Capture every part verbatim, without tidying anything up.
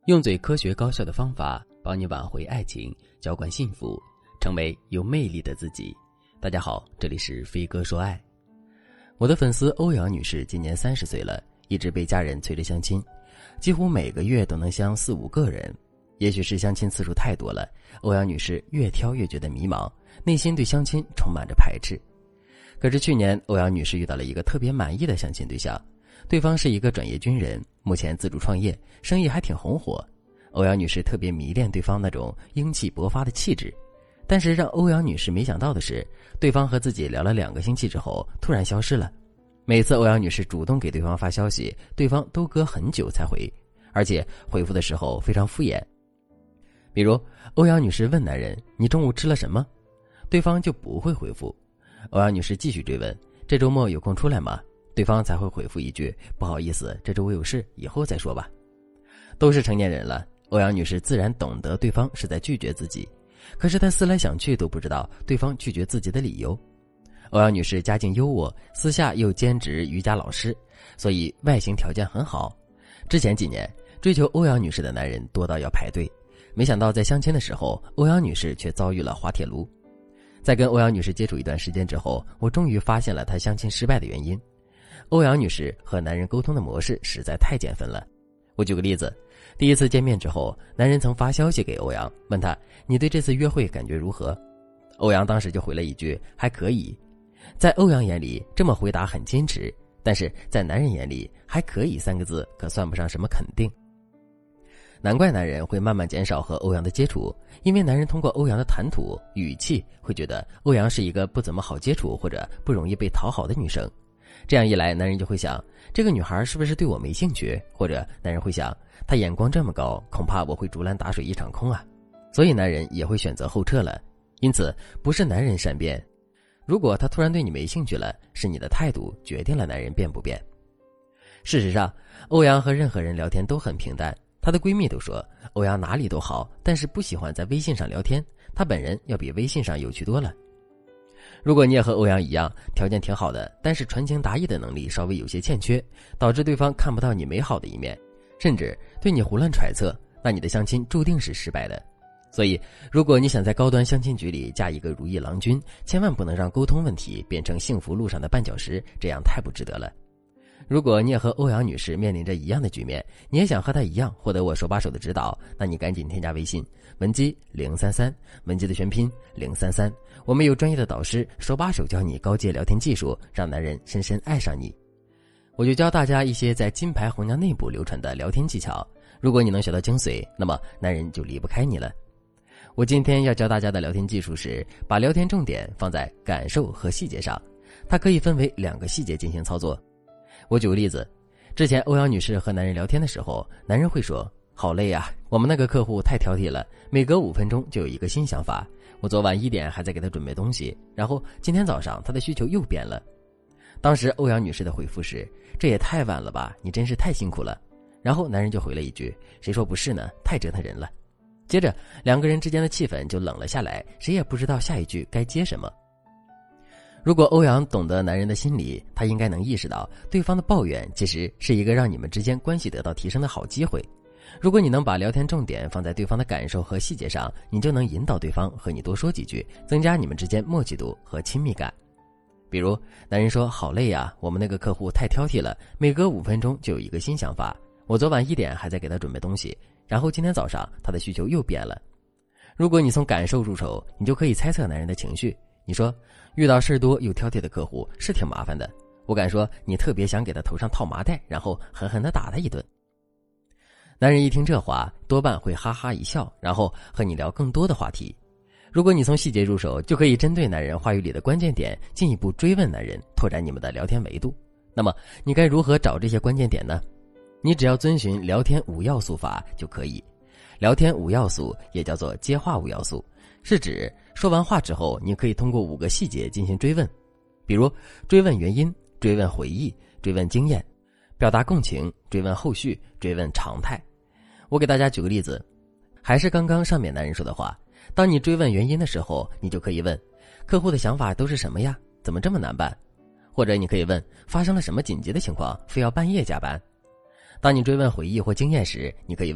用最科学高效的方法帮你挽回爱情，浇灌幸福，成为有魅力的自己。大家好，这里是飞哥说爱。我的粉丝欧阳女士今年三十岁了，一直被家人催着相亲，几乎每个月都能相四五个人。也许是相亲次数太多了，欧阳女士越挑越觉得迷茫，内心对相亲充满着排斥。可是去年欧阳女士遇到了一个特别满意的相亲对象，对方是一个转业军人，目前自主创业，生意还挺红火。欧阳女士特别迷恋对方那种英气勃发的气质，但是让欧阳女士没想到的是，对方和自己聊了两个星期之后突然消失了。每次欧阳女士主动给对方发消息，对方都隔很久才回，而且回复的时候非常敷衍。比如欧阳女士问男人你中午吃了什么，对方就不会回复。欧阳女士继续追问这周末有空出来吗，对方才会回复一句不好意思，这周我有事，以后再说吧。都是成年人了，欧阳女士自然懂得对方是在拒绝自己，可是她思来想去都不知道对方拒绝自己的理由。欧阳女士家境优渥，私下又兼职瑜伽老师，所以外形条件很好。之前几年追求欧阳女士的男人多到要排队，没想到在相亲的时候，欧阳女士却遭遇了滑铁卢。在跟欧阳女士接触一段时间之后，我终于发现了她相亲失败的原因。欧阳女士和男人沟通的模式实在太减分了。我举个例子，第一次见面之后，男人曾发消息给欧阳，问他你对这次约会感觉如何。欧阳当时就回了一句还可以。在欧阳眼里，这么回答很矜持，但是在男人眼里，还可以三个字可算不上什么肯定。难怪男人会慢慢减少和欧阳的接触，因为男人通过欧阳的谈吐语气会觉得欧阳是一个不怎么好接触或者不容易被讨好的女生。这样一来，男人就会想这个女孩是不是对我没兴趣，或者男人会想她眼光这么高，恐怕我会竹篮打水一场空啊。所以男人也会选择后撤了。因此不是男人善变，如果他突然对你没兴趣了，是你的态度决定了男人变不变。事实上欧阳和任何人聊天都很平淡，她的闺蜜都说欧阳哪里都好，但是不喜欢在微信上聊天，她本人要比微信上有趣多了。如果你也和欧阳一样，条件挺好的，但是传情达意的能力稍微有些欠缺，导致对方看不到你美好的一面，甚至对你胡乱揣测，那你的相亲注定是失败的。所以如果你想在高端相亲局里嫁一个如意郎君，千万不能让沟通问题变成幸福路上的绊脚石，这样太不值得了。如果你也和欧阳女士面临着一样的局面，你也想和她一样获得我手把手的指导，那你赶紧添加微信文姬零三三，文姬的全拼零三三，我们有专业的导师手把手教你高阶聊天技术，让男人深深爱上你。我就教大家一些在金牌红娘内部流传的聊天技巧，如果你能学到精髓，那么男人就离不开你了。我今天要教大家的聊天技术是把聊天重点放在感受和细节上，它可以分为两个细节进行操作。我举个例子，之前欧阳女士和男人聊天的时候，男人会说好累啊，我们那个客户太挑剔了，每隔五分钟就有一个新想法，我昨晚一点还在给他准备东西，然后今天早上他的需求又变了。当时欧阳女士的回复是这也太晚了吧，你真是太辛苦了。然后男人就回了一句谁说不是呢，太折腾人了。接着两个人之间的气氛就冷了下来，谁也不知道下一句该接什么。如果欧阳懂得男人的心理，他应该能意识到对方的抱怨其实是一个让你们之间关系得到提升的好机会。如果你能把聊天重点放在对方的感受和细节上，你就能引导对方和你多说几句，增加你们之间默契度和亲密感。比如男人说好累啊，我们那个客户太挑剔了，每隔五分钟就有一个新想法，我昨晚一点还在给他准备东西，然后今天早上他的需求又变了。如果你从感受入手，你就可以猜测男人的情绪。你说遇到事多又挑剔的客户是挺麻烦的，我敢说你特别想给他头上套麻袋，然后狠狠地打他一顿。男人一听这话多半会哈哈一笑，然后和你聊更多的话题。如果你从细节入手，就可以针对男人话语里的关键点进一步追问男人，拓展你们的聊天维度。那么你该如何找这些关键点呢？你只要遵循聊天五要素法就可以。聊天五要素也叫做接话五要素，是指说完话之后，你可以通过五个细节进行追问，比如追问原因、追问回忆、追问经验、表达共情、追问后续、追问常态。我给大家举个例子，还是刚刚上面男人说的话，当你追问原因的时候，你就可以问客户的想法都是什么呀？怎么这么难办？或者你可以问发生了什么紧急的情况，非要半夜加班？当你追问回忆或经验时，你可以问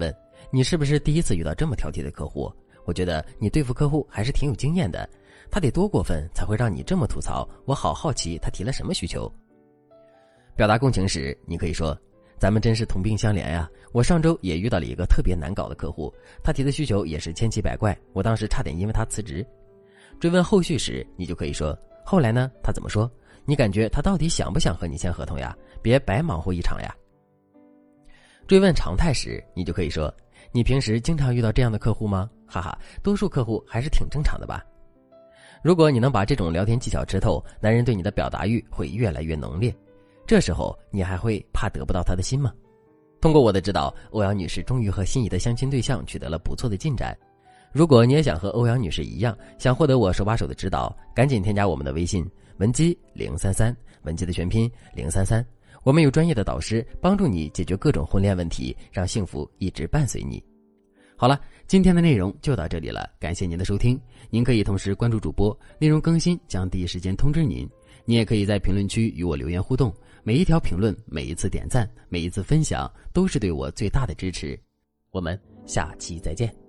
你是不是第一次遇到这么挑剔的客户？我觉得你对付客户还是挺有经验的，他得多过分才会让你这么吐槽？我好好奇他提了什么需求。表达共情时，你可以说，咱们真是同病相怜呀，我上周也遇到了一个特别难搞的客户，他提的需求也是千奇百怪，我当时差点因为他辞职。追问后续时，你就可以说，后来呢，他怎么说？你感觉他到底想不想和你签合同呀？别白忙活一场呀。追问常态时，你就可以说，你平时经常遇到这样的客户吗？哈哈，多数客户还是挺正常的吧。如果你能把这种聊天技巧吃透，男人对你的表达欲会越来越浓烈，这时候你还会怕得不到他的心吗？通过我的指导，欧阳女士终于和心仪的相亲对象取得了不错的进展。如果你也想和欧阳女士一样，想获得我手把手的指导，赶紧添加我们的微信文姬零三三，文姬的全拼零三三，我们有专业的导师帮助你解决各种婚恋问题，让幸福一直伴随你。好了，今天的内容就到这里了，感谢您的收听。您可以同时关注主播，内容更新将第一时间通知您。你也可以在评论区与我留言互动，每一条评论，每一次点赞，每一次分享，都是对我最大的支持。我们下期再见。